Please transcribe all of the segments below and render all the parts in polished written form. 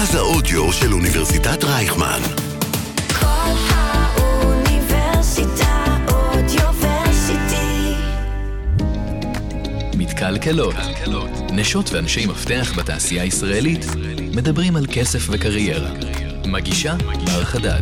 מרכז האודיו של אוניברסיטת רייכמן. כל האוניברסיטה אודיוורסיטי. מתקלקלות. נשות ואנשי מפתח בתעשייה הישראלית מדברים על כסף וקריירה. מגישה בר חדד.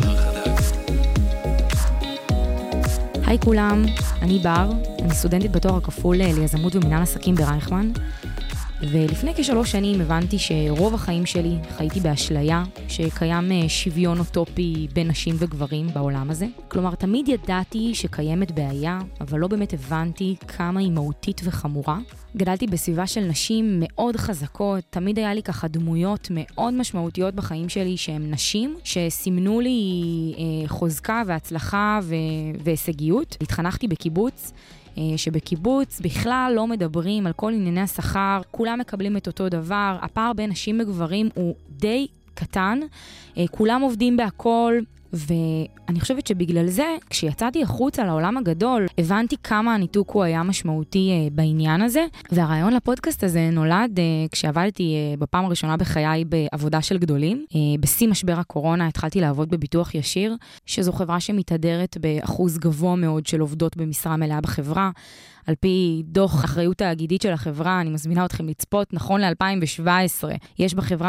היי כולם, אני בר, אני סטודנטית בתואר הכפול ליזמות ומנהל עסקים ברייכמן, ולפני כ3 שנים הבנתי שרוב החיים שלי חייתי באשליה שקיים שוויון אוטופי בין נשים וגברים בעולם הזה. כלומר, תמיד ידעתי שקיימת בעיה, אבל לא באמת הבנתי כמה היא מהותית וחמורה. גדלתי בסביבה של נשים מאוד חזקות, תמיד היה לי ככה דמויות מאוד משמעותיות בחיים שלי שהן נשים, שסימנו לי חוזקה והצלחה והישגיות. התחנכתי בקיבוץ, שבקיבוץ בכלל לא מדברים על כל ענייני השכר, כולם מקבלים את אותו דבר, הפער בין נשים וגברים הוא די קטן, כולם עובדים בהכל, ואני חושבת שבגלל זה, כשיצאתי החוצה לעולם הגדול, הבנתי כמה הניתוק הוא היה משמעותי בעניין הזה, והרעיון לפודקאסט הזה נולד כשעבדתי בפעם הראשונה בחיי בעבודה של גדולים. בשיא משבר הקורונה התחלתי לעבוד בביטוח ישיר, שזו חברה שמתהדרת באחוז גבוה מאוד של עובדות במשרה מלאה בחברה. על פי דוח אחריות תאגידית של החברה, אני מזמינה אתכם לצפות, נכון ל-2017, יש בחברה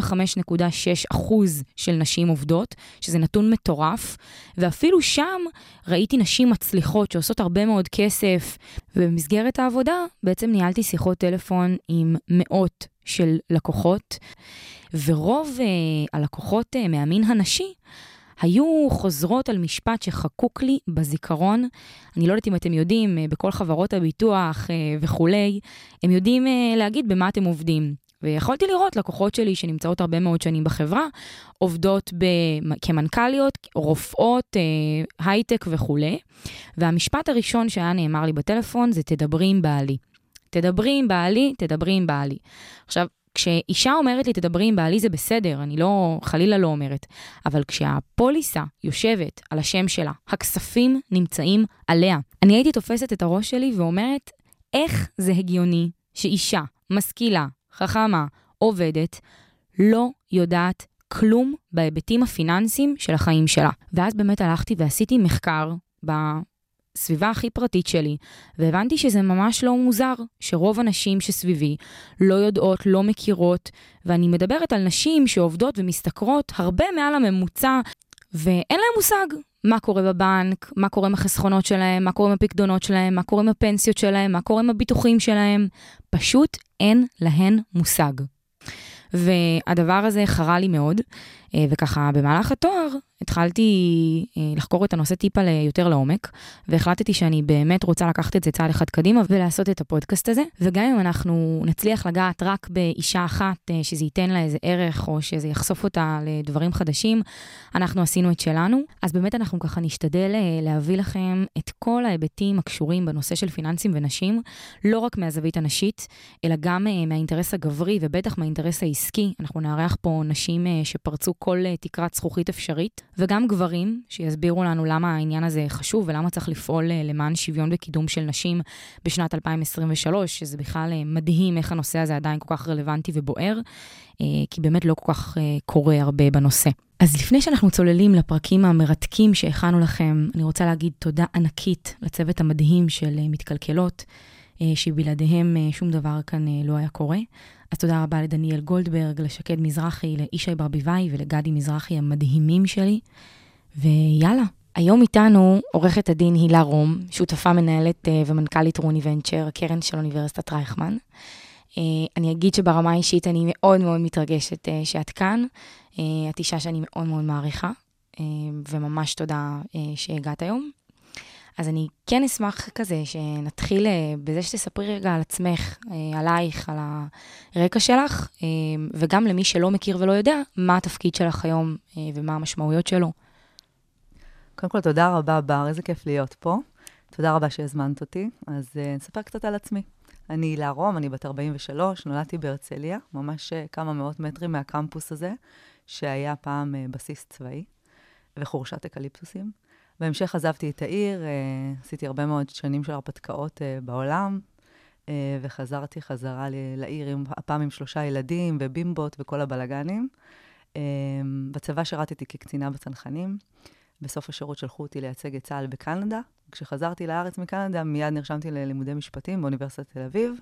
65.6% של נשים עובדות, שזה נתון מטורף, ואפילו שם ראיתי נשים מצליחות שעושות הרבה מאוד כסף, ובמסגרת העבודה בעצם ניהלתי שיחות טלפון עם מאות של לקוחות, ורוב הלקוחות מהמין הנשי, היו חוזרות על משפט שחקוק לי בזיכרון. אני לא יודעת אם אתם יודעים, בכל חברות הביטוח וכולי, הם יודעים להגיד במה אתם עובדים. ויכולתי לראות לקוחות שלי שנמצאות הרבה מאוד שנים בחברה, עובדות כמנכ"ליות, רופאות, הייטק וכולי. והמשפט הראשון שהיה נאמר לי בטלפון זה תדברי עם בעלי. תדברי עם בעלי, תדברי עם בעלי. עכשיו, כשאישה אומרת לי תדברי עם בעלי זה בסדר, אני לא, חלילה לא אומרת, אבל כשהפוליסה יושבת על השם שלה, הכספים נמצאים עליה. אני הייתי תופסת את הראש שלי ואומרת, איך זה הגיוני שאישה משכילה, חכמה, עובדת, לא יודעת כלום בהיבטים הפיננסיים של החיים שלה. ואז באמת הלכתי ועשיתי מחקר בסביבה הכי פרטית שלי, והבנתי שזה ממש לא מוזר, שרוב הנשים שסביבי לא יודעות, לא מכירות, ואני מדברת על נשים שעובדות ומסתכרות הרבה מעל הממוצע, ואין להם מושג מה קורה בבנק, מה קורה עם החסכונות שלהם, מה קורה עם הפקדונות שלהם, מה קורה עם הפנסיות שלהם, מה קורה עם הביטוחים שלהם, פשוט אין להן מושג. והדבר הזה חרה לי מאוד, וככה במהלך התואר התחלתי לחקור את הנושא טיפה יותר לעומק, והחלטתי שאני באמת רוצה לקחת את זה צעד אחד קדימה ולעשות את הפודקאסט הזה, וגם אם אנחנו נצליח לגעת רק באישה אחת שזה ייתן לה איזה ערך או שזה יחשוף אותה לדברים חדשים, אנחנו עשינו את שלנו. אז באמת אנחנו ככה נשתדל להביא לכם את כל ההיבטים הקשורים בנושא של פיננסים ונשים, לא רק מהזווית הנשית, אלא גם מהאינטרס הגברי ובטח מהאינטרס העסקי. אנחנו נארח פה נשים שפרצו כל תקרת זכוכית אפשרית, וגם גברים שיסבירו לנו למה העניין הזה חשוב ולמה צריך לפעול למען שוויון וקידום של נשים בשנת 2023, שזה בכלל מדהים איך הנושא הזה עדיין כל כך רלוונטי ובוער, כי באמת לא כל כך קורה הרבה בנושא. אז לפני שאנחנו צוללים לפרקים המרתקים שהכנו לכם, אני רוצה להגיד תודה ענקית לצוות המדהים של מתקלקלות, שבלעדיהם שום דבר כאן לא היה קורה. אז תודה רבה לדניאל גולדברג, לשקד מזרחי, לאישי ברביבאי ולגדי מזרחי המדהימים שלי. ויאללה, היום איתנו עורכת הדין הילה רום, שותפה מנהלת ומנכ"לית רוני ונצ'ר, הקרן של אוניברסיטת רייכמן. אני אגיד שברמה האישית אני מאוד מאוד מתרגשת שאת כאן. את אישה שאני מאוד מאוד מעריכה, וממש תודה שהגעת היום. אז אני כן אשמח כזה שנתחיל בזה שתספרי רגע על עצמך, עלייך, על הרקע שלך, וגם למי שלא מכיר ולא יודע, מה התפקיד שלך היום ומה המשמעויות שלו. קודם כל, תודה רבה, בר, איזה כיף להיות פה. תודה רבה שהזמנת אותי. אז נספר קצת על עצמי. אני הילה רום, אני בת 43, נולדתי בהרצליה, ממש כמה מאות מטרים מהקמפוס הזה, שהיה פעם בסיס צבאי, וחורשת אקליפטוסים. בהמשך עזבתי את העיר, עשיתי הרבה מאוד שנים של הרפתקאות בעולם, וחזרתי חזרה לעיר, הפעם עם 3 ילדים ובימבות וכל הבלגנים. בצבא שירתתי כקצינה בצנחנים. בסוף השירות שלחו אותי לייצג את צה"ל בקנדה. כשחזרתי לארץ מקנדה, מיד נרשמתי ללימודי משפטים באוניברסיטת תל אביב.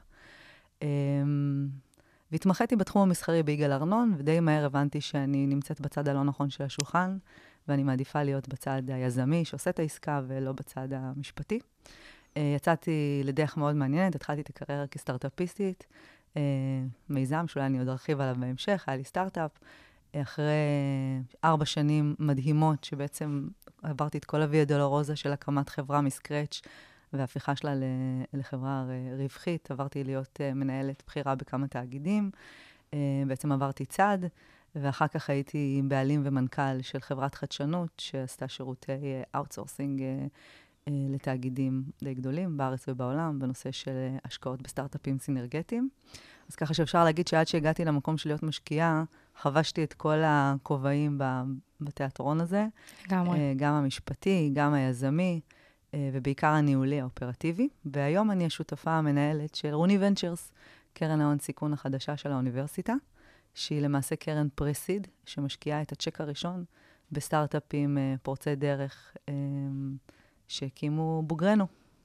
והתמחיתי בתחום המסחרי ביגאל ארנון, ודי מהר הבנתי שאני נמצאת בצד הלא נכון של השולחן, ואני מעדיפה להיות בצד היזמי שעושה את העסקה ולא בצד המשפטי. יצאתי לדרך מאוד מעניינת, התחלתי את הקריירה כסטארט-אפיסטית, מיזם שאולי אני עוד ארחיב עליו בהמשך, היה לי סטארט-אפ. אחרי 4 שנים מדהימות, שבעצם עברתי את כל הוויה דולורוזה של הקמת חברה מסקרץ' והפיכה שלה לחברה רווחית, עברתי להיות מנהלת בחירה בכמה תאגידים, בעצם עברתי צד, ואחר כך הייתי בעלים ומנכ"ל של חברת חדשנות, שעשתה שירותי אאוטסורסינג לתאגידים די גדולים בארץ ובעולם, בנושא של השקעות בסטארט-אפים סינרגטיים. אז ככה שאפשר להגיד שעד שהגעתי למקום של להיות משקיעה, חבשתי את כל הכובעים בתיאטרון הזה. לגמרי. גם המשפטי, גם היזמי, ובעיקר הניהולי, האופרטיבי. והיום אני השותפה המנהלת של רוני ונצ'רס, קרן ההון סיכון החדשה של האוניברסיטה, שהיא למעשה קרן פרסיד, שמשקיעה את הצ'ק הראשון בסטארט-אפים פורצי דרך שהקימו בוגרנו.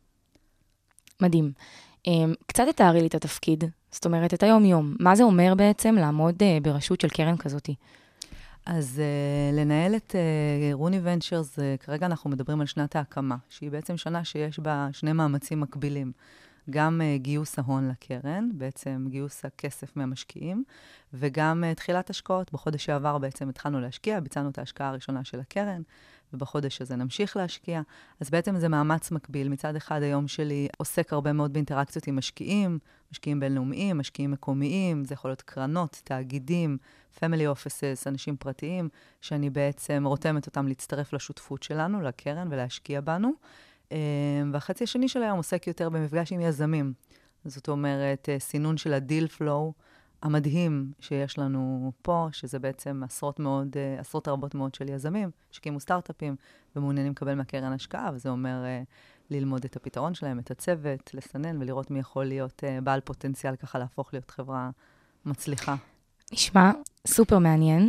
מדהים. קצת תתארי לי את התפקיד, זאת אומרת, את היום-יום. מה זה אומר בעצם לעמוד בראשות של קרן כזאת? אז לנהל את רוני ונצ'רס, כרגע אנחנו מדברים על שנת ההקמה, שהיא בעצם שנה שיש בה 2 מאמצים מקבילים. גם גיוס ההון לקרן, בעצם גיוס הכסף מהמשקיעים, וגם תחילת השקעות. בחודש שעבר בעצם התחלנו להשקיע, ביצענו את ההשקעה הראשונה של הקרן, ובחודש הזה נמשיך להשקיע. אז בעצם זה מאמץ מקביל. מצד אחד היום שלי עוסק הרבה מאוד באינטראקציות עם משקיעים, משקיעים בינלאומיים, משקיעים מקומיים, זה יכול להיות קרנות, תאגידים, family offices, אנשים פרטיים, שאני בעצם רותמת אותם להצטרף לשותפות שלנו, לקרן ולהשקיע בנו. והחצי השני של היום עוסק יותר במפגש עם יזמים. זאת אומרת, סינון של הדיל פלואו המדהים שיש לנו פה, שזה בעצם עשרות רבות מאוד של יזמים, שקימו סטארט-אפים ומעוניינים לקבל מהקרן השקעה, וזה אומר ללמוד את הפתרון שלהם, את הצוות, לסנן ולראות מי יכול להיות בעל פוטנציאל ככה להפוך להיות חברה מצליחה. נשמע סופר מעניין.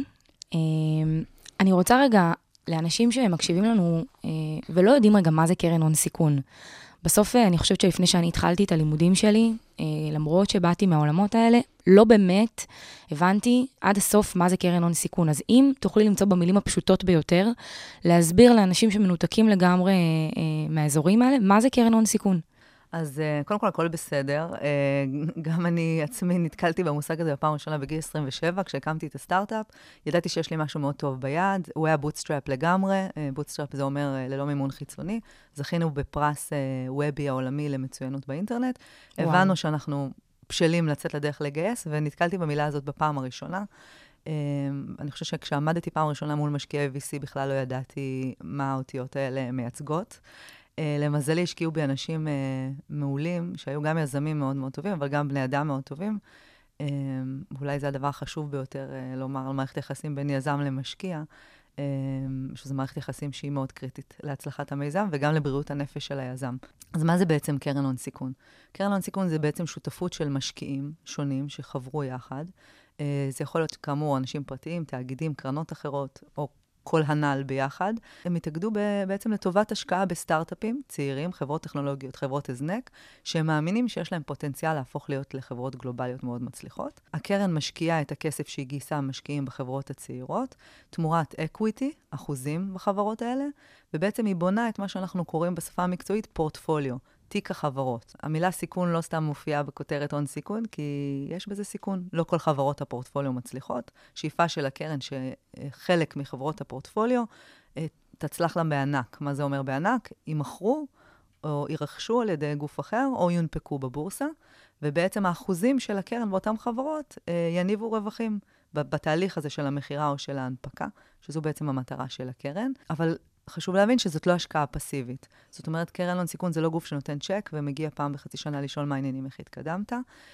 אני רוצה רגע, לאנשים שמקשיבים לנו ולא יודעים רגע מה זה קרן הון סיכון. בסוף אני חושבת שלפני שאני התחלתי את הלימודים שלי, למרות שבאתי מהעולמות האלה, לא באמת הבנתי עד הסוף מה זה קרן הון סיכון. אז אם תוכלי למצוא במילים הפשוטות ביותר, להסביר לאנשים שמנותקים לגמרי מהאזורים האלה, מה זה קרן הון סיכון? אז קודם כל, הכל בסדר. גם אני עצמי נתקלתי במושג הזה בפעם ראשונה בגיל 27, כשהקמתי את הסטארט-אפ. ידעתי שיש לי משהו מאוד טוב ביד. הוא היה בוטסטראפ לגמרי. בוטסטראפ זה אומר ללא מימון חיצוני. זכינו בפרס וובי העולמי למצוינות באינטרנט. הבנו שאנחנו בשלים לצאת לדרך לגייס, ונתקלתי במילה הזאת בפעם הראשונה. אני חושבת שכשעמדתי פעם ראשונה מול משקיעי VC, בכלל לא ידעתי מה האותיות האלה מייצגות. למזלי השקיעו בי אנשים מעולים, שהיו גם יזמים מאוד מאוד טובים, אבל גם בני אדם מאוד טובים. אולי זה הדבר החשוב ביותר לומר על מערכת יחסים בין יזם למשקיע, שזו מערכת יחסים שהיא מאוד קריטית להצלחת המיזם, וגם לבריאות הנפש של היזם. אז מה זה בעצם קרן הון סיכון? קרן הון סיכון זה בעצם שותפות של משקיעים שונים שחברו יחד. זה יכול להיות כאמור אנשים פרטיים, תאגידים, קרנות אחרות, או כל הנ"ל ביחד. הם התאגדו בעצם לטובת השקעה בסטארט-אפים, צעירים, חברות טכנולוגיות, חברות הזנק, שהם מאמינים שיש להם פוטנציאל להפוך להיות לחברות גלובליות מאוד מצליחות. הקרן משקיעה את הכסף שהיא גייסה משקיעים בחברות הצעירות, תמורת אקוויטי, אחוזים בחברות האלה, ובעצם היא בונה את מה שאנחנו קוראים בשפה המקצועית פורטפוליו, תיק החברות. המילה סיכון לא סתם מופיעה בכותרת הון סיכון, כי יש בזה סיכון. לא כל חברות הפורטפוליו מצליחות. שאיפה של הקרן שחלק מחברות הפורטפוליו תצלח להם בענק. מה זה אומר בענק? יימכרו או ירכשו על ידי גוף אחר או יונפקו בבורסה, ובעצם האחוזים של הקרן באותן חברות יניבו רווחים בתהליך הזה של המחירה או של ההנפקה, שזו בעצם המטרה של הקרן. אבל חשוב להבין שזאת לא השקעה פסיבית. זאת אומרת, קרן הון סיכון זה לא גוף שנותן צ'ק ומגיע פעם בחצי שנה לשאול מה העניינים, איך התקדמת,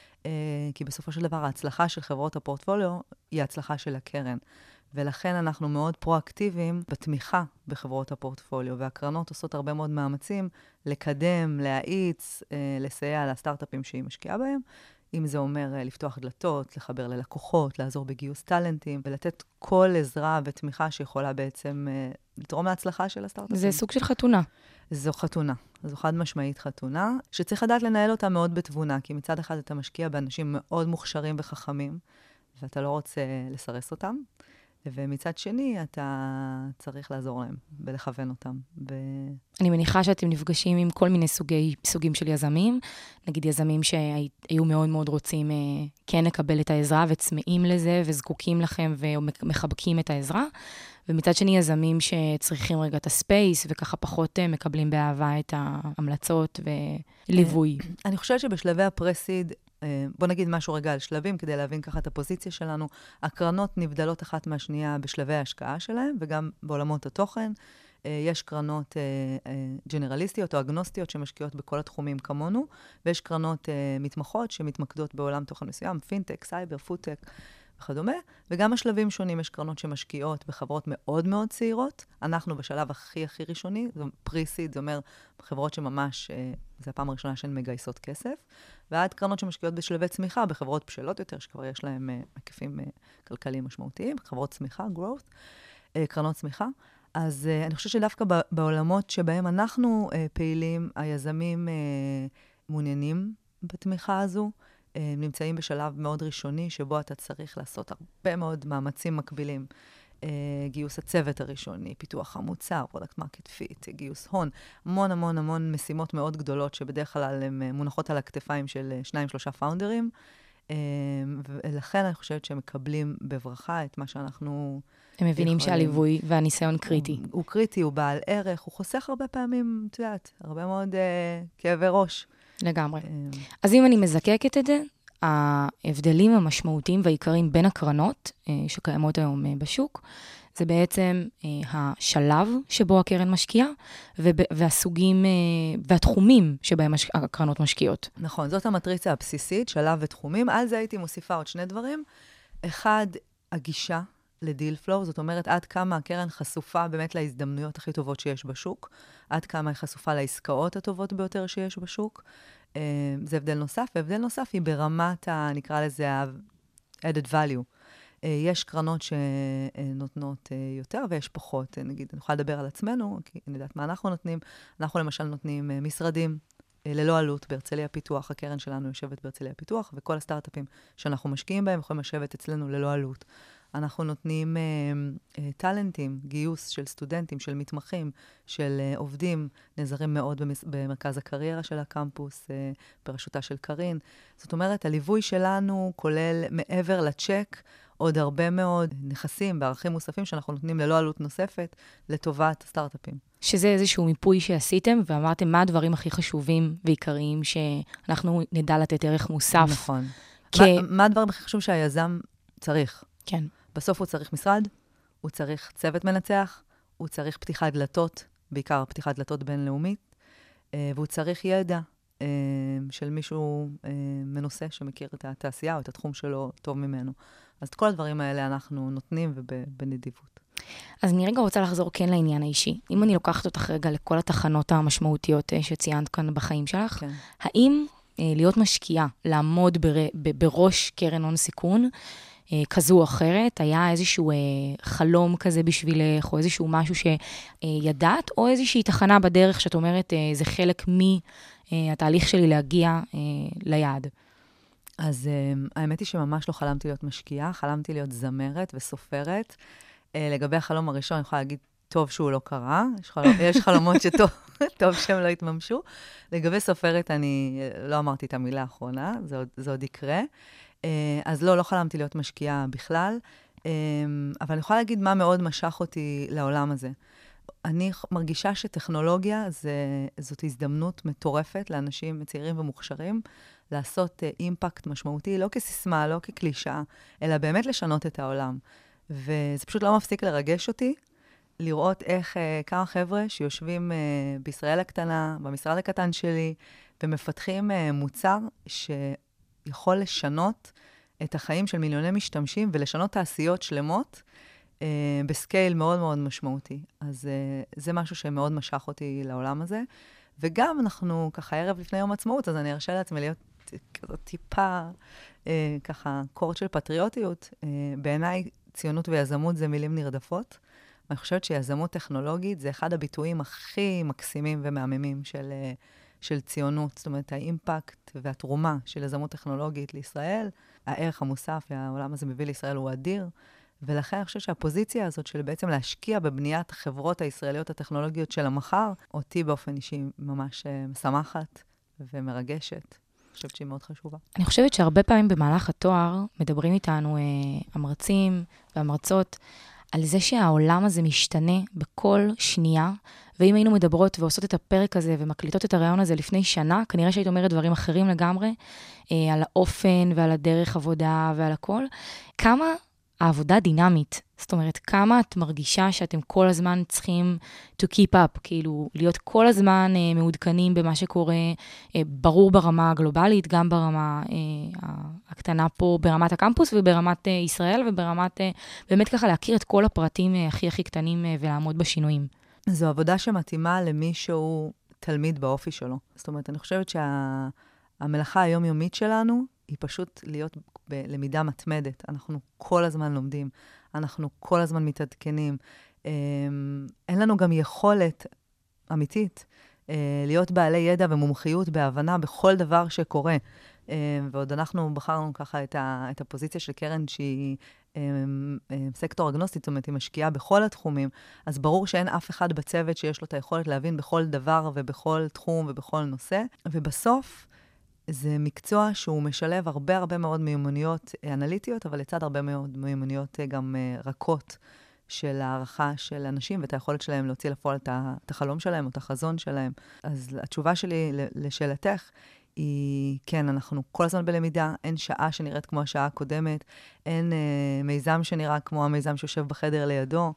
כי בסופו של דבר ההצלחה של חברות הפורטפוליו היא ההצלחה של הקרן. ולכן אנחנו מאוד פרואקטיביים בתמיכה בחברות הפורטפוליו, והקרנות עושות הרבה מאוד מאמצים לקדם, להאיץ, לסייע לסטארט-אפים שהיא משקיעה בהם, אם זה אומר לפתוח דלתות, לחבר ללקוחות, לעזור בגיוס טלנטים, ולתת כל עזרה ותמיכה שיכולה בעצם לתרום להצלחה של הסטארט-אפים. זה סוג של חתונה. זו חתונה. זו חד משמעית חתונה, שצריך לדעת לנהל אותה מאוד בתבונה, כי מצד אחד אתה משקיע באנשים מאוד מוכשרים וחכמים, ואתה לא רוצה לסרס אותם, ומצד שני אתה צריך לעזור להם ולכוון אותם. אני מניחה שאתם נפגשים עם כל מיני סוגים של יזמים, נגיד יזמים שהיו מאוד מאוד רוצים כן לקבל את העזרה וצמאים לזה וזקוקים לכם ומחבקים את העזרה, ומצד שני יזמים שצריכים רגע את הספייס וככה פחות מקבלים באהבה את ההמלצות וליווי. אני חושבת שבשלבי הפרסיד, בוא נגיד משהו רגע על שלבים, כדי להבין ככה את הפוזיציה שלנו. הקרנות נבדלות אחת מהשנייה בשלבי ההשקעה שלהם, וגם בעולמות התוכן. יש קרנות ג'נרליסטיות או אגנוסטיות שמשקיעות בכל התחומים כמונו, ויש קרנות מתמחות שמתמקדות בעולם תוכן מסוים, פינטק, סייבר, פודטק וכדומה, וגם השלבים שונים, יש קרנות שמשקיעות בחברות מאוד מאוד צעירות. אנחנו בשלב הכי ראשוני, זה פריסיד, זה אומר חברות שממש, זה הפעם הראשונה שהן מגייסות כסף, ועד קרנות שמשקיעות בשלבי צמיחה, בחברות בשלות יותר, שכבר יש להן היקפים כלכליים משמעותיים, חברות צמיחה, growth, קרנות צמיחה. אז אני חושבת שדווקא בעולמות שבהם אנחנו פעילים, היזמים מעוניינים בתמיכה הזו, נמצאים בשלב מאוד ראשוני, שבו אתה צריך לעשות הרבה מאוד מאמצים מקבילים. גיוס הצוות הראשוני, פיתוח המוצר, פרודקט מרקט פיט, גיוס הון, המון משימות מאוד גדולות, שבדרך כלל הן מונחות על הכתפיים של 2-3 פאונדרים, ולכן אני חושבת שהם מקבלים בברכה את מה שאנחנו... הם מבינים שהליווי והניסיון קריטי. הוא קריטי, הוא בעל ערך, הוא חוסך הרבה פעמים, את יודעת, הרבה מאוד כאבי ראש. לגמרי. אז אם אני מזקקת את זה, ההבדלים המשמעותיים והעיקריים בין הקרנות שקיימות היום בשוק, זה בעצם השלב שבו הקרן משקיעה, והסוגים והתחומים שבהם הקרנות משקיעות. נכון, זאת המטריצה הבסיסית, שלב ותחומים. על זה הייתי מוסיפה עוד שני דברים. אחד, הגישה לדיל פלואו, זאת אומרת, עד כמה הקרן חשופה באמת להזדמנויות הכי טובות שיש בשוק, עד כמה היא חשופה לעסקאות הטובות ביותר שיש בשוק. זה הבדל נוסף, והבדל נוסף היא ברמת, נקרא לזה, added value. יש קרנות שנותנות יותר ויש פחות. נגיד, אני יכולה לדבר על עצמנו, כי אני יודעת מה אנחנו נותנים. אנחנו למשל נותנים משרדים ללא עלות בהרצליה פיתוח. הקרן שלנו יושבת בהרצליה פיתוח, וכל הסטארט-אפים שאנחנו משקיעים בהם יכולים לשבת אצלנו ללא עלות. אנחנו נותנים טלנטים, גיוס של סטודנטים, של מתמחים, של עובדים, נעזרים מאוד במרכז הקריירה של הקמפוס, בראשותה של קרין. זאת אומרת, הליווי שלנו כולל מעבר לצ'ק, עוד הרבה מאוד נכסים בערכים מוספים שאנחנו נותנים ללא עלות נוספת לטובת הסטארט-אפים. שזה איזשהו מיפוי שעשיתם, ואמרתם מה הדברים הכי חשובים ועיקריים שאנחנו נדע לתת ערך מוסף. נכון. מה הדברים הכי חשוב שהיזם צריך? כן. בסוף הוא צריך משרד, הוא צריך צוות מנצח, הוא צריך פתיחת דלתות, בעיקר פתיחת דלתות בינלאומית, והוא צריך ידע של מישהו מנוסה שמכיר את התעשייה או את התחום שלו טוב ממנו. אז את כל הדברים האלה אנחנו נותנים ובנדיבות. אז אני רגע רוצה לחזור כן לעניין האישי. אם אני לוקחת אותך רגע לכל התחנות המשמעותיות שציינת כאן בחיים שלך, כן. האם להיות משקיעה, לעמוד בראש קרן הון סיכון, כזו או אחרת, היה איזשהו חלום כזה בשבילך, או איזשהו משהו שידעת, או איזושהי תחנה בדרך שאת אומרת, זה חלק מהתהליך שלי להגיע ליעד. אז האמת היא שממש לא חלמתי להיות משקיעה, חלמתי להיות זמרת וסופרת. לגבי החלום הראשון, אני יכולה להגיד, טוב שהוא לא קרה, יש חלומות שטוב שהם לא התממשו. לגבי סופרת, אני לא אמרתי את המילה האחרונה, זה עוד יקרה. אז לא חלמתי להיות משקיעה בכלל, אבל אני יכולה להגיד מה מאוד משך אותי לעולם הזה. אני מרגישה שטכנולוגיה זאת הזדמנות מטורפת לאנשים צעירים ומוכשרים, לעשות אימפקט משמעותי, לא כסיסמה, לא כקלישה, אלא באמת לשנות את העולם. וזה פשוט לא מפסיק לרגש אותי, לראות איך כמה חבר'ה שיושבים בישראל הקטנה, במשרד הקטן שלי, ומפתחים מוצר שיכול לשנות את החיים של מיליוני משתמשים, ולשנות תעשיות שלמות, בסקייל מאוד מאוד משמעותי. אז זה משהו שמאוד משך אותי לעולם הזה. וגם אנחנו ככה ערב לפני יום עצמאות, אז אני ארשה לעצמי להיות כזאת טיפה, ככה, קורט של פטריוטיות. בעיניי, ציונות ויזמות זה מילים נרדפות. ואני חושבת שיזמות טכנולוגית זה אחד הביטויים הכי מקסימים ומהממים של ציונות. זאת אומרת, האימפקט והתרומה של יזמות טכנולוגית לישראל, הערך המוסף והעולם הזה מביא לישראל הוא אדיר. ולכן אני חושבת שהפוזיציה הזאת של בעצם להשקיע בבניית החברות הישראליות הטכנולוגיות של המחר, אותי באופן אישי ממש משמחת ומרגשת. אני חושבת שהיא מאוד חשובה. אני חושבת שהרבה פעמים במהלך התואר מדברים איתנו המרצים והמרצות על זה שהעולם הזה משתנה בכל שנייה, ואם היינו מדברות ועושות את הפרק הזה ומקליטות את הרעיון הזה לפני שנה, כנראה שהיית אומרת דברים אחרים לגמרי, על האופן ועל הדרך עבודה ועל הכל. כמה העבודה דינמית, זאת אומרת, כמה את מרגישה שאתם כל הזמן צריכים to keep up, כאילו להיות כל הזמן מעודכנים במה שקורה, ברור ברמה הגלובלית, גם ברמה הקטנה פה, ברמת הקמפוס וברמת ישראל, וברמת באמת ככה להכיר את כל הפרטים הכי קטנים ולעמוד בשינויים. זו עבודה שמתאימה למי שהוא תלמיד באופי שלו. זאת אומרת, אני חושבת שהמלאכה היומיומית שלנו היא פשוט להיות בלמידה מתמדת. אנחנו כל הזמן לומדים, אנחנו כל הזמן מתעדכנים. אין לנו גם יכולת אמיתית להיות בעלי ידע ומומחיות בהבנה בכל דבר שקורה. ועוד אנחנו בחרנו ככה את הפוזיציה של קרן שהיא סקטור אגנוסטית, זאת אומרת, היא משקיעה בכל התחומים, אז ברור שאין אף אחד בצוות שיש לו את היכולת להבין בכל דבר ובכל תחום ובכל נושא. ובסוף, זה מקצוע שהוא משלב הרבה מאוד מיומנויות אנליטיות, אבל לצד הרבה מאוד מיומנויות גם רכות של הערכה של אנשים, ואת היכולת שלהם להוציא לפועל את החלום שלהם או את החזון שלהם. אז התשובה שלי לשאלתך היא, כן, אנחנו כל הזמן בלמידה, אין שעה שנראית כמו השעה הקודמת, אין מיזם שנראה כמו המיזם שיושב בחדר לידו,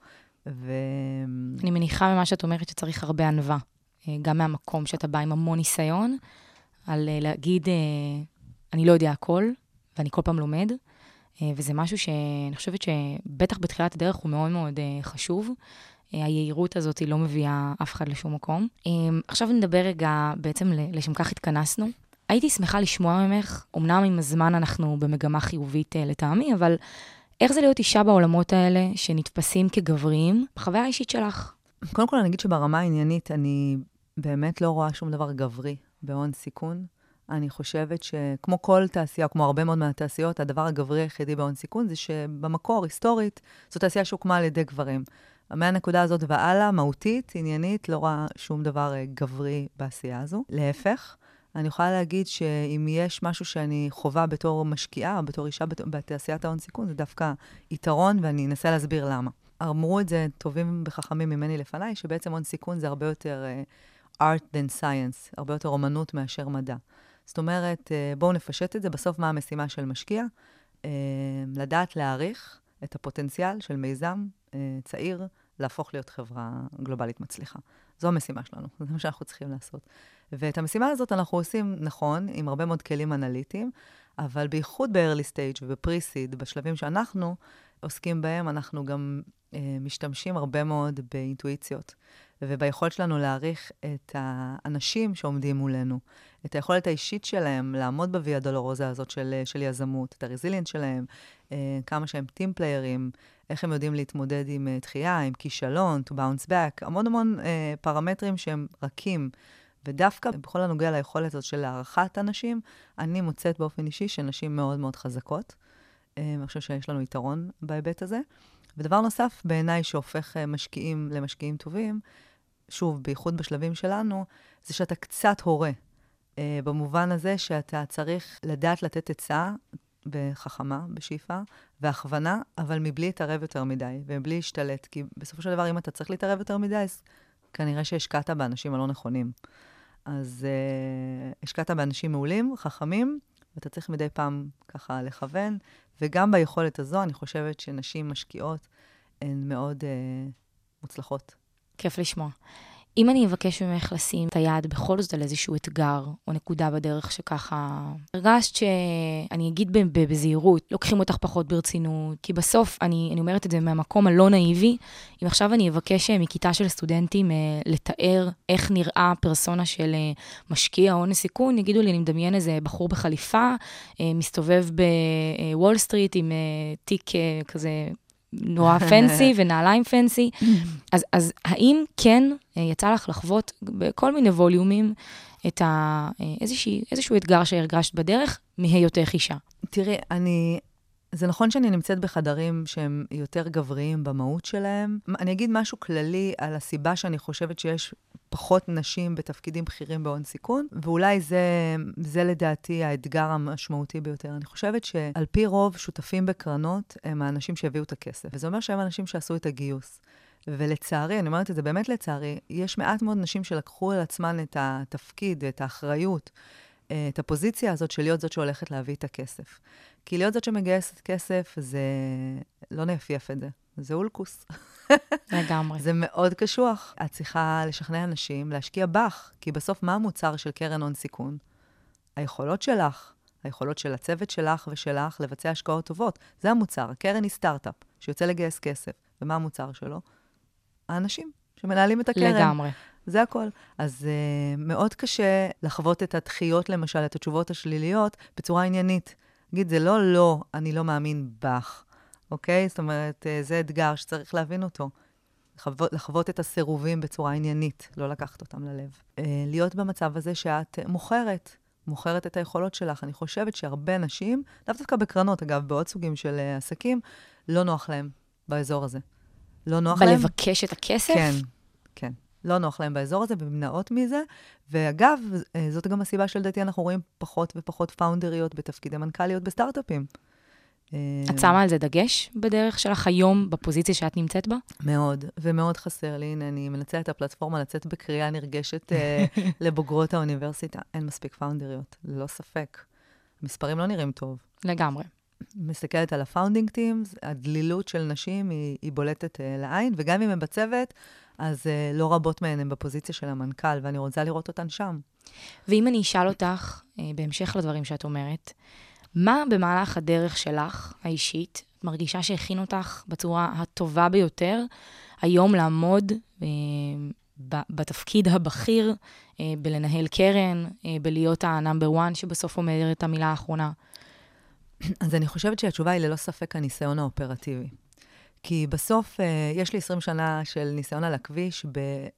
אני מניחה ממה שאת אומרת שצריך הרבה ענווה, גם מהמקום שאתה בא עם המון ניסיון, על להגיד, אני לא יודע הכל, ואני כל פעם לומד, וזה משהו שאני חושבת שבטח בתחילת הדרך הוא מאוד מאוד חשוב. היהירות הזאת היא לא מביאה אף אחד לשום מקום. עכשיו נדבר רגע, בעצם לשם כך התכנסנו. הייתי שמחה לשמוע ממך, אמנם עם הזמן אנחנו במגמה חיובית לטעמי, אבל איך זה להיות אישה בעולמות האלה שנתפסים כגבריים? בחוויה האישית שלך. קודם כל אני אגיד שברמה העניינית אני באמת לא רואה שום דבר גברי בהון סיכון. אני חושבת שכמו כל תעשייה, כמו הרבה מאוד מהתעשיות, הדבר הגברי היחידי בהון סיכון זה שבמקור, היסטורית, זו תעשייה שהוקמה על ידי גברים. מהנקודה הזאת והלאה, מהותית, עניינית, לא רואה שום דבר גברי בעשייה הזו. להפך, אני יכולה להגיד שאם יש משהו שאני חובה בתור משקיעה, בתור אישה בתעשיית ההון סיכון, זה דווקא יתרון, ואני אנסה להסביר למה. אמרו את זה טובים וחכמים ממני לפניי, שבעצם הון סיכון זה הרבה יותר art than science, הרבה יותר אומנות מאשר מדע. זאת אומרת, בואו נפשט את זה, בסוף מה המשימה של משקיע? לדעת להעריך את הפוטנציאל של מיזם צעיר, להפוך להיות חברה גלובלית מצליחה. זו המשימה שלנו, זה מה שאנחנו צריכים לעשות. ואת המשימה הזאת אנחנו עושים, נכון, עם הרבה מאוד כלים אנליטיים, אבל בייחוד ב-early stage וב-pre-seed, בשלבים שאנחנו עוסקים בהם, אנחנו גם משתמשים הרבה מאוד באינטואיציות, וביכולת שלנו להעריך את האנשים שעומדים מולנו, את היכולת האישית שלהם לעמוד בוויה דולורוזה הזאת של יזמות, את הרזיליאנס שלהם, כמה שהם טים פליירים, איך הם יודעים להתמודד עם דחייה, עם כישלון, to bounce back, המון פרמטרים שהם רכים, ודווקא בכל הנוגע ליכולת הזאת של הערכת אנשים, אני מוצאת באופן אישי שנשים מאוד מאוד חזקות. אני חושב שיש לנו יתרון בהיבט הזה. ודבר נוסף, בעיניי שהופך משקיעים למשקיעים טובים, שוב, בייחוד בשלבים שלנו, זה שאתה קצת הורה. במובן הזה שאתה צריך לדעת לתת עצה בחכמה, בשאיפה, והכוונה, אבל מבלי להתערב יותר מדי, ומבלי להשתלט. כי בסופו של דבר, אם אתה צריך להתערב יותר מדי, אז כנראה שהשקעת באנשים הלא נכונים. אז השקעת באנשים מעולים, חכמים, ואתה צריך מדי פעם ככה לכוון, וגם ביכולת הזו אני חושבת שנשים משקיעות הן מאוד מוצלחות. כיף לשמוע. אם אני אבקש ממך לשים את היד בכל זאת על איזשהו אתגר או נקודה בדרך שככה הרגשת שאני אגיד בזהירות, לוקחים אותך פחות ברצינות, כי בסוף אני אומרת את זה מהמקום הלא נאיבי, אם עכשיו אני אבקש מכיתה של סטודנטים לתאר איך נראה פרסונה של משקיע או סיכון, יגידו לי, אני מדמיין איזה בחור בחליפה, מסתובב בוול סטריט עם תיק כזה נורא פנסי ונעליים פנסי. אז האם כן יצא לך לחוות בכל מיני ווליומים את איזשהו אתגר שהרגשת בדרך מהיותך אישה? תראי, זה נכון שאני נמצאת בחדרים שהם יותר גבריים במהות שלהם. אני אגיד משהו כללי על הסיבה שאני חושבת שיש פחות נשים בתפקידים בכירים בהון סיכון, ואולי זה לדעתי האתגר המשמעותי ביותר. אני חושבת שעל פי רוב שותפים בקרנות הם האנשים שהביאו את הכסף, וזה אומר שהם האנשים שעשו את הגיוס. ולצערי, אני אומרת את זה באמת לצערי, יש מעט מאוד נשים שלקחו על עצמן את התפקיד, את האחריות, את הפוזיציה הזאת של להיות זאת שהולכת להביא את הכסף. כי להיות זאת שמגייסת כסף, זה לא נייפייף את זה. זה אולקוס. לגמרי. זה מאוד קשוח. את צריכה לשכנע אנשים להשקיע בך, כי בסוף מה המוצר של קרן הון סיכון? היכולות שלך, היכולות של הצוות שלך ושלך לבצע השקעות טובות. זה המוצר. הקרן היא סטארט-אפ שיוצא לגייס כסף. ומה המוצר שלו? האנשים שמנהלים את הקרן. לגמרי. זה הכל. אז מאוד קשה לחוות את הדחיות, למשל, את התשובות השליליות, בצורה עניינית. נגיד, זה לא, אני לא מאמין בך. אוקיי? זאת אומרת, זה אתגר שצריך להבין אותו. לחוות את הסירובים בצורה עניינית, לא לקחת אותם ללב. להיות במצב הזה שאת מוכרת את היכולות שלך. אני חושבת שהרבה נשים, לאו דווקא בקרנות, אגב, בעוד סוגים של עסקים, לא נוח להם באזור הזה. לא נוח להם. בלבקש את הכסף? כן, כן. לא נוח להם באזור הזה, ומנעות מזה. ואגב, זאת גם הסיבה שלדעתי אנחנו רואים פחות ופחות פאונדריות בתפקידי מנכ"ליות בסטארט-אפים. את שמה על זה דגש בדרך שלך היום, בפוזיציה שאת נמצאת בה? מאוד, ומאוד חסר לי. הנה, אני מנצלת את הפלטפורמה לצאת בקריאה נרגשת לבוגרות האוניברסיטה. אין מספיק פאונדריות, ללא ספק. המספרים לא נראים טוב. לגמרי. מסתכלת על הפאונדינג טימס, הדלילות של נשים היא בולטת לעין, וגם אם הן בצוות, אז לא רבות מהן הן בפוזיציה של המנכ"ל, ואני רוצה לראות אותן שם. ואם אני אשאל אותך, בהמשך לדברים שאת אומרת, מה במהלך הדרך שלך, האישית, את מרגישה שהכין אותך בצורה הטובה ביותר, היום לעמוד בתפקיד הבכיר, בלנהל קרן, בלהיות הנאמבר 1 שבסוף אומרת את המילה האחרונה? אז אני חושבת שהתשובה היא ללא ספק הניסיון האופרטיבי. כי בסוף יש לי 20 שנה של ניסיון על הכביש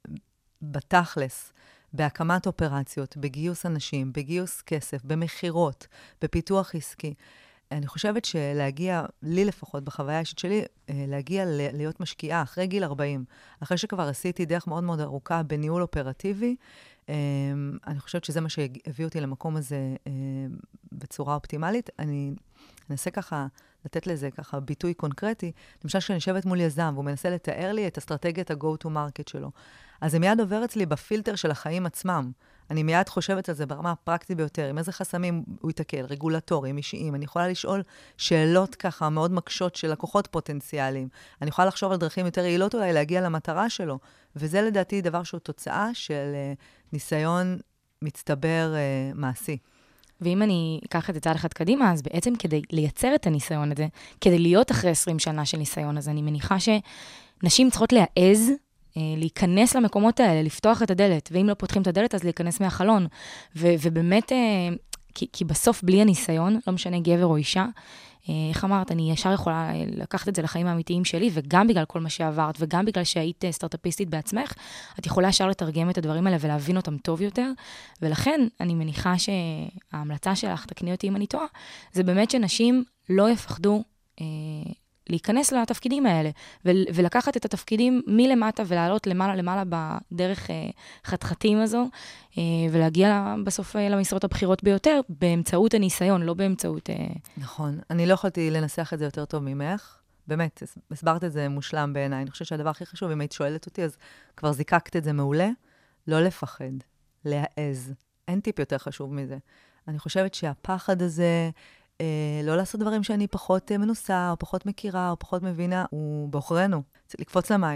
בתכלס, בהקמת אופרציות, בגיוס אנשים, בגיוס כסף, במחירות, בפיתוח עסקי. אני חושבת שלהגיע, לי לפחות בחוויה האישית שלי, להגיע להיות משקיעה אחרי גיל 40, אחרי שכבר עשיתי דרך מאוד מאוד ארוכה בניהול אופרטיבי, אני חושבת שזה מה שהביא אותי למקום הזה בצורה אופטימלית. אני אנסה ככה לתת לזה ככה ביטוי קונקרטי. למשל, כשאני יושבת מול יזם, והוא מנסה לתאר לי את אסטרטגיית ה-go-to-market שלו. אז זה מיד עובר אצלי בפילטר של החיים עצמם. אני מיד חושבת על זה ברמה הפרקטית ביותר, עם איזה חסמים הוא יתקל, רגולטוריים, אישיים. אני יכולה לשאול שאלות ככה מאוד מקשות של לקוחות פוטנציאליים. אני יכולה לחשוב על דרכים יותר יעילות אולי להגיע למטרה שלו. וזה לדעתי דבר שהוא תוצאה של ניסיון מצטבר מעשי. ואם אני אקח את זה צעד אחד קדימה, אז בעצם כדי לייצר את הניסיון הזה, כדי להיות אחרי 20 שנה של ניסיון הזה, אני מניחה שנשים צריכות להעז, להיכנס למקומות האלה, לפתוח את הדלת, ואם לא פותחים את הדלת, אז להיכנס מהחלון. ובאמת, כי בסוף בלי הניסיון, לא משנה גבר או אישה, איך אמרת, אני ישר יכולה לקחת את זה לחיים האמיתיים שלי, וגם בגלל כל מה שעברת, וגם בגלל שהיית סטארט-אפיסטית בעצמך, את יכולה ישר לתרגם את הדברים האלה ולהבין אותם טוב יותר, ולכן אני מניחה שההמלצה שלך, תקני אותי אם אני טועה, זה באמת שנשים לא יפחדו להיכנס לתפקידים האלה, ולקחת את התפקידים מלמטה ולעלות למעלה בדרך חתחתים הזו, ולהגיע בסוף למשרות הבחירות ביותר, באמצעות הניסיון, לא באמצעות... נכון. אני לא יכולתי לנסח את זה יותר טוב ממך. באמת, הסברת את זה מושלם בעיניי. אני חושבת שהדבר הכי חשוב, אם היית שואלת אותי, אז כבר זיקקת את זה מעולה. לא לפחד, להעז. אין טיפ יותר חשוב מזה. אני חושבת שהפחד הזה... לא לעשות דברים שאני פחות מנוסה, או פחות מכירה, או פחות מבינה, הוא באוכרנו. לקפוץ למים.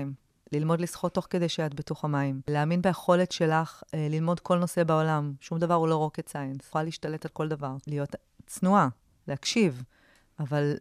ללמוד לשחות תוך כדי שאת בתוך המים. להאמין ביכולת שלך ללמוד כל נושא בעולם. שום דבר הוא לא rocket science. יכולה להשתלט על כל דבר. להיות צנועה, להקשיב, אבל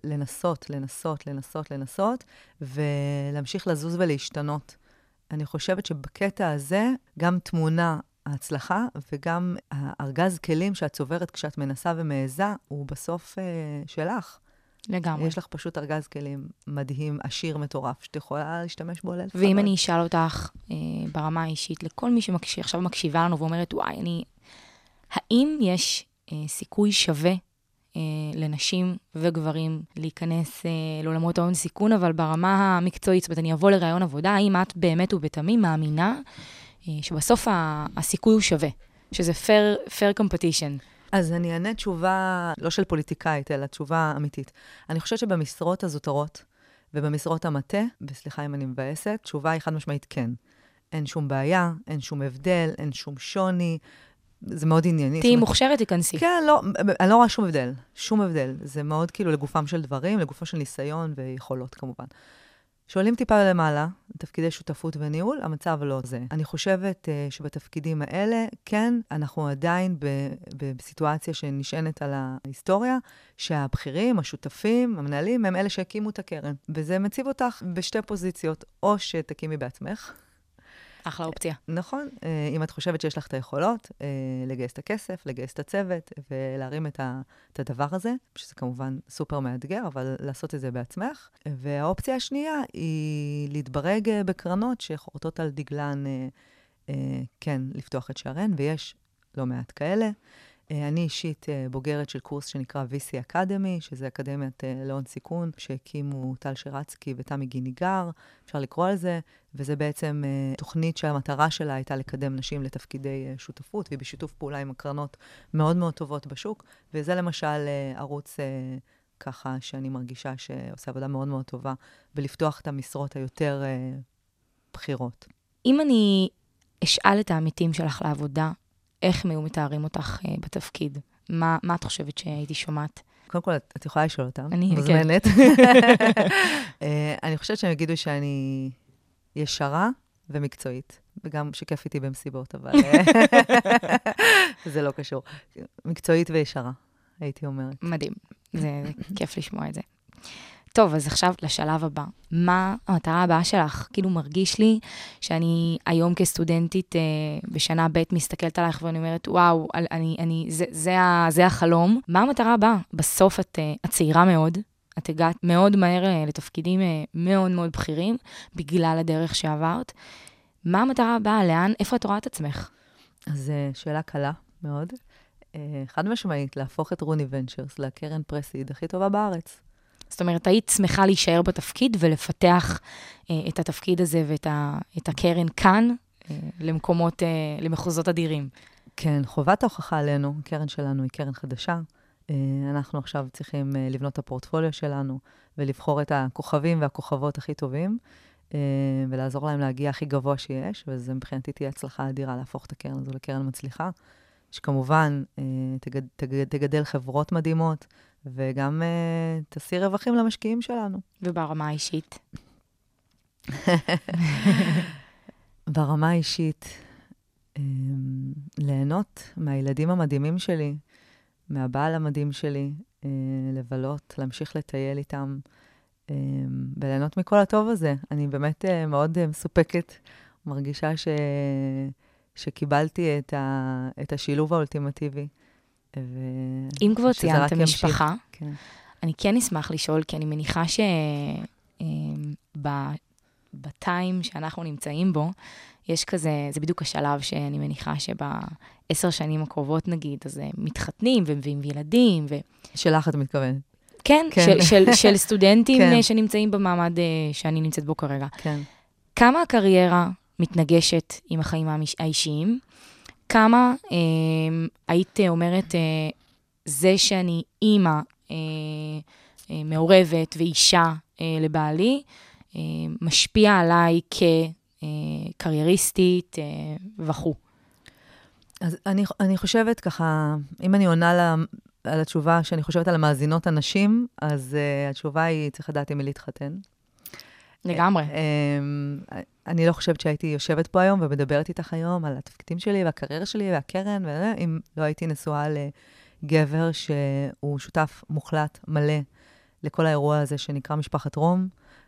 לנסות, ולהמשיך לזוז ולהשתנות. אני חושבת שבקטע הזה, גם תמונה ההצלחה, וגם הארגז כלים שאת צוברת כשאת מנסה ומעזה, הוא בסוף שלך. לגמרי. יש לך פשוט ארגז כלים מדהים, עשיר, מטורף, שאת יכולה להשתמש בו ללפנות. ואם אני אשאל אותך ברמה האישית, לכל מי שעכשיו מקשיבה לנו ואומרת, וואי, האם יש סיכוי שווה לנשים וגברים להיכנס לעולמות ההון סיכון, אבל ברמה המקצועית, זאת אומרת, אני אבוא לרעיון עבודה, האם את באמת ובתמים מאמינה שבסוף הסיכוי הוא שווה, שזה fair competition. אז אני אענה תשובה, לא של פוליטיקאית, אלא תשובה אמיתית. אני חושבת שבמשרות הזוטרות ובמשרות המטה, וסליחה אם אני מבאסת, תשובה היא חד משמעית כן. אין שום בעיה, אין שום הבדל, אין שום שוני, זה מאוד ענייני. תהי מוכשרת, תיכנסי. כן, לא, אני לא רואה שום הבדל. זה מאוד כאילו לגופם של דברים, לגופו של ניסיון ויכולות כמובן. שואלים טיפה למעלה, תפקידי שותפות וניהול, המצב לא זה. אני חושבת שבתפקידים האלה, כן, אנחנו עדיין בסיטואציה שנשענת על ההיסטוריה, שהבכירים, השותפים, המנהלים, הם אלה שהקימו את הקרן. וזה מציב אותך בשתי פוזיציות, או שתקימי בעצמך. אחלה אופציה. נכון, אם את חושבת שיש לך את היכולות, לגייס את הכסף, לגייס את הצוות, ולהרים את הדבר הזה, שזה כמובן סופר מאתגר, אבל לעשות את זה בעצמך. והאופציה השנייה היא להתברג בקרנות שחורטות על דגלן, כן, לפתוח את שערן, ויש לא מעט כאלה. אני אישית בוגרת של קורס שנקרא VC Academy, שזה אקדמיית להון סיכון, שהקימו טל שרצקי ותמי גיניגר, אפשר לקרוא על זה, וזה בעצם תוכנית שהמטרה שלה הייתה לקדם נשים לתפקידי שותפות, והיא בשיתוף פעולה עם הקרנות מאוד מאוד טובות בשוק, וזה למשל ערוץ ככה שאני מרגישה שעושה עבודה מאוד מאוד טובה, ולפתוח את המשרות היותר בחירות. אם אני אשאל את העמיתים שלך לעבודה, איך הם היו מתארים אותך בתפקיד? מה את חושבת שהייתי שומעת? קודם כל, את יכולה לשאול אותם. אני, מוזמנת. אני חושבת שהם יגידו שאני ישרה ומקצועית, וגם שכיף איתי במסיבות, אבל זה לא קשור. מקצועית וישרה, הייתי אומרת. מדהים. זה כיף לשמוע את זה. טוב, אז עכשיו לשלב הבא. מה המטרה הבאה שלך? כאילו מרגיש לי שאני היום כסטודנטית בשנה ב' מסתכלת עלייך ואני אומרת, וואו, זה החלום. מה המטרה הבאה? בסוף את צעירה מאוד, את הגעת מאוד מהר לתפקידים מאוד מאוד בכירים, בגלל הדרך שעברת. מה המטרה הבאה? לאן? איפה את רואה את עצמך? אז שאלה קלה מאוד. חד משמעית, להפוך את רוני ונצ'רס לקרן פרסיד הכי טובה בארץ. זאת אומרת, היית שמחה להישאר בתפקיד ולפתח את התפקיד הזה ואת הקרן כאן למקומות, למחוזות אדירים. כן, חובת ההוכחה עלינו, הקרן שלנו היא קרן חדשה. אנחנו עכשיו צריכים לבנות את הפורטפוליו שלנו ולבחור את הכוכבים והכוכבות הכי טובים, ולעזור להם להגיע הכי גבוה שיש, וזה מבחינתי תהיה הצלחה אדירה להפוך את הקרן הזו לקרן מצליחה, שכמובן תגדל חברות מדהימות, וגם תעשי רווחים למשקיעים שלנו. וברמה האישית? ברמה האישית, ליהנות מהילדים המדהימים שלי, מהבעל המדהים שלי, לבלות, להמשיך לטייל איתם, וליהנות מכל הטוב הזה. אני באמת מאוד מסופקת, מרגישה שקיבלתי את השילוב האולטימטייבי. אם כבר ציינת משפחה, כן. אני כן אשמח לשאול, כי אני מניחה שבטיים שאנחנו נמצאים בו, יש כזה, זה בדיוק השלב שאני מניחה שב10 שנים הקרובות נגיד, אז מתחתנים ומביאים ילדים. שלך את מתכוונת. כן, של סטודנטים שנמצאים במעמד שאני נמצאת בו כרגע. כן. כמה הקריירה מתנגשת עם החיים האישיים? כמה היית אומרת, זה שאני אימא מעורבת ואישה לבעלי, משפיע עליי כקרייריסטית וכו'. אז אני חושבת ככה, אם אני עונה על התשובה שאני חושבת על המאזינות הנשים, אז התשובה היא צריך לדעת עם מי להתחתן. לגמרי. אני לא חושבת שהייתי יושבת פה היום ומדברת איתך היום על התפקידים שלי והקריירה שלי והקרן, אם לא הייתי נשואה לגבר שהוא שותף מוחלט, מלא, לכל האירוע הזה שנקרא משפחת רום.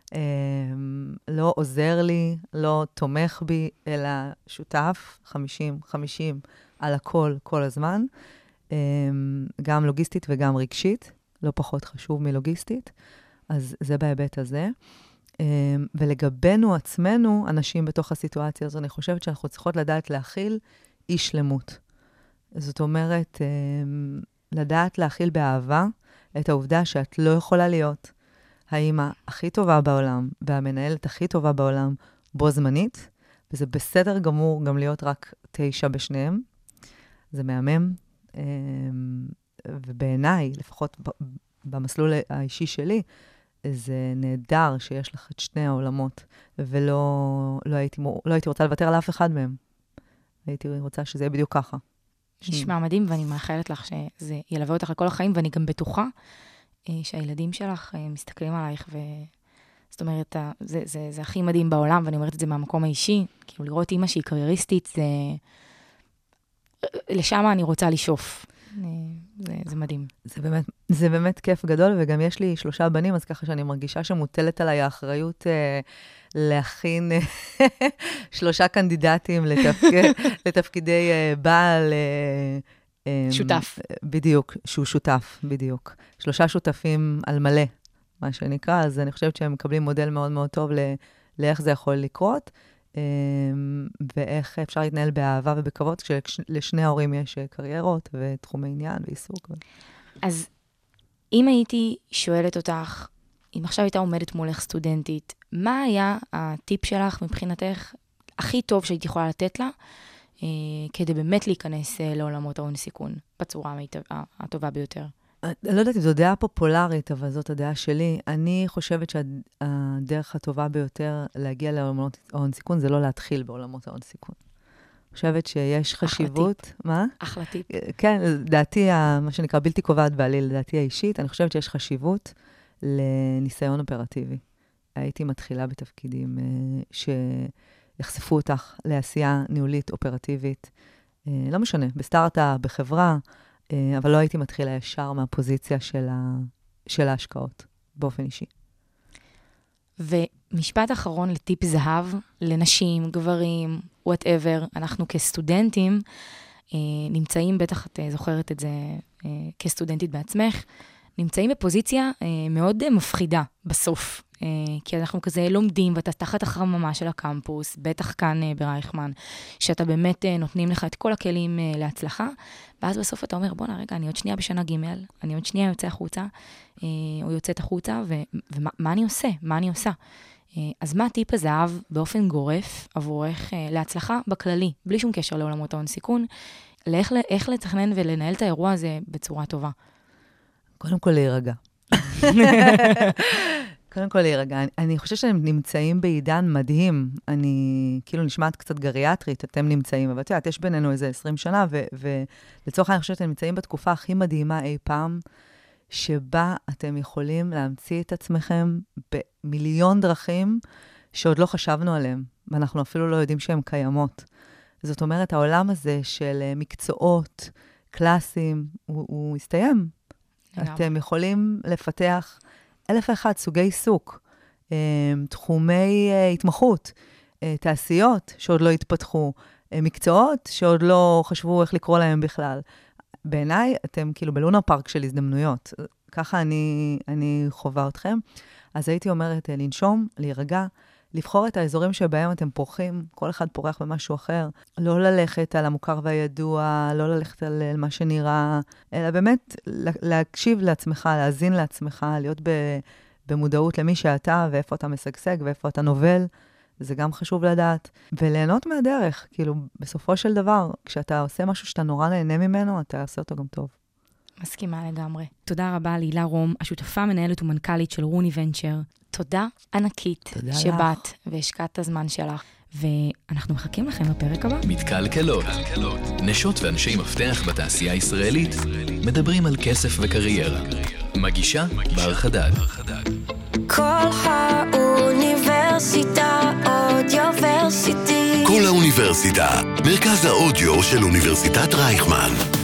לא עוזר לי, לא תומך בי, אלא שותף 50-50 על הכל, כל הזמן. גם לוגיסטית וגם רגשית, לא פחות חשוב מלוגיסטית. אז זה בהיבט הזה. ולגבינו עצמנו, אנשים בתוך הסיטואציה הזו, אני חושבת שאנחנו צריכות לדעת להכיל אי שלמות. זאת אומרת, לדעת להכיל באהבה את העובדה שאת לא יכולה להיות האמא הכי טובה בעולם והמנהלת הכי טובה בעולם בו זמנית, וזה בסדר גמור גם להיות רק 9 בשניהם. זה מהמם. ובעיניי, לפחות במסלול האישי שלי, זה נהדר שיש לך את שני העולמות, ולא הייתי רוצה לוותר על אף אחד מהם. הייתי רוצה שזה יהיה בדיוק ככה. נשמע מדהים, ואני מאחלת לך שזה ילווה אותך לכל החיים, ואני גם בטוחה שהילדים שלך מסתכלים עלייך, זאת אומרת, זה הכי מדהים בעולם, ואני אומרת את זה מהמקום האישי, כאילו לראות אמא שהיא קרייריסטית, לשם אני רוצה לשאוף. זה מדהים. זה באמת כיף גדול, וגם יש לי 3 בנים, אז ככה שאני מרגישה שמוטלת עליי האחריות להכין 3 קנדידטים לתפקידי בעל. שותף. בדיוק, שהוא שותף, בדיוק. 3 שותפים על מלא, מה שנקרא, אז אני חושבת שהם מקבלים מודל מאוד מאוד טוב לאיך זה יכול לקרות, ואיך אפשר להתנהל באהבה ובכבוד, כשלשני ההורים יש קריירות ותחומי עניין ועיסוק. אז אם הייתי שואלת אותך, אם עכשיו הייתה עומדת מולך סטודנטית, מה היה הטיפ שלך מבחינתך הכי טוב שהייתי יכולה לתת לה, כדי באמת להיכנס לעולמות ההון סיכון, בצורה הטובה ביותר? אני לא יודעת אם זו דעה פופולרית, אבל זאת הדעה שלי. אני חושבת שהדרך הטובה ביותר להגיע לעולמות ההון סיכון, זה לא להתחיל בעולמות ההון סיכון. אני חושבת שיש חשיבות. מה? אחלה טיפ. כן, דעתי, מה שנקרא בלתי קובעת בעליל, לדעתי האישית, אני חושבת שיש חשיבות לניסיון אופרטיבי. הייתי מתחילה בתפקידים שיחשפו אותך לעשייה ניהולית אופרטיבית. לא משנה, בסטארט-אפ, בחברה, אבל לא הייתי מתחילה ישר מהפוזיציה של ההשקעות, באופן אישי. ומשפט אחרון לטיפ זהב, לנשים, גברים, whatever, אנחנו כסטודנטים, נמצאים, בטח את זוכרת את זה כסטודנטית בעצמך, נמצאים בפוזיציה מאוד מפחידה בסוף, כי אנחנו כזה לומדים, ואתה תחת החממה של הקמפוס, בטח כאן ברייכמן, שאתה באמת נותנים לך את כל הכלים להצלחה, ואז בסוף אתה אומר, בוא רגע, אני עוד שנייה בשנה ג', אני עוד שנייה יוצא החוצה, או יוצאת החוצה, ומה אני עושה? מה אני עושה? אז מה טיפ הזהב באופן גורף עבורך להצלחה בכללי, בלי שום קשר לעולמות ההון סיכון, איך לתכנן ולנהל את האירוע הזה בצורה טובה? קודם כל להירגע. קודם כל להירגע. אני חושבת שהם נמצאים בעידן מדהים. אני כאילו נשמעת קצת גריאטרית, אתם נמצאים, אבל יודעת, יש בינינו איזה 20 שנה, ולצורך אני חושבת שהם נמצאים בתקופה הכי מדהימה אי פעם, שבה אתם יכולים להמציא את עצמכם במיליון דרכים שעוד לא חשבנו עליהם, ואנחנו אפילו לא יודעים שהן קיימות. זאת אומרת, העולם הזה של מקצועות קלאסיים, הוא הסתיים. אתם יכולים לפתח 1,001 סוגי עיסוק, תחומי התמחות, תעשיות שעוד לא התפתחו, מקצועות שעוד לא חשבו איך לקרוא להם בכלל. בעיניי, אתם כאילו בלונה פארק של הזדמנויות. ככה אני חובה אתכם. אז הייתי אומרת לנשום, להירגע, לבחור את האזורים שבהם אתם פורחים, כל אחד פורח במשהו אחר, לא ללכת על המוכר והידוע, לא ללכת על מה שנראה, אלא באמת להקשיב לעצמך, להאזין לעצמך, להיות במודעות למי שאתה, ואיפה אתה משגשג, ואיפה אתה נובל, זה גם חשוב לדעת, וליהנות מהדרך, כאילו בסופו של דבר, כשאתה עושה משהו שאתה נורא נהנה ממנו, אתה עושה אותו גם טוב. מסכימה לגמרי. תודה רבה להילה רום, השותפה מנהלת ומנכ"לית של רוני ונצ'ר. תודה ענקית שבאת והשקעת את הזמן שלך, ואנחנו מחכים לכם בפרק הבא. מתקלקלות. נשות ואנשי מפתח בתעשייה הישראלית מדברים על כסף וקריירה. מגישה בר חדד. כל האוניברסיטה האוניברסיטה, אודיוורסיטי. כל האוניברסיטה, מרכז האודיו של אוניברסיטת רייכמן.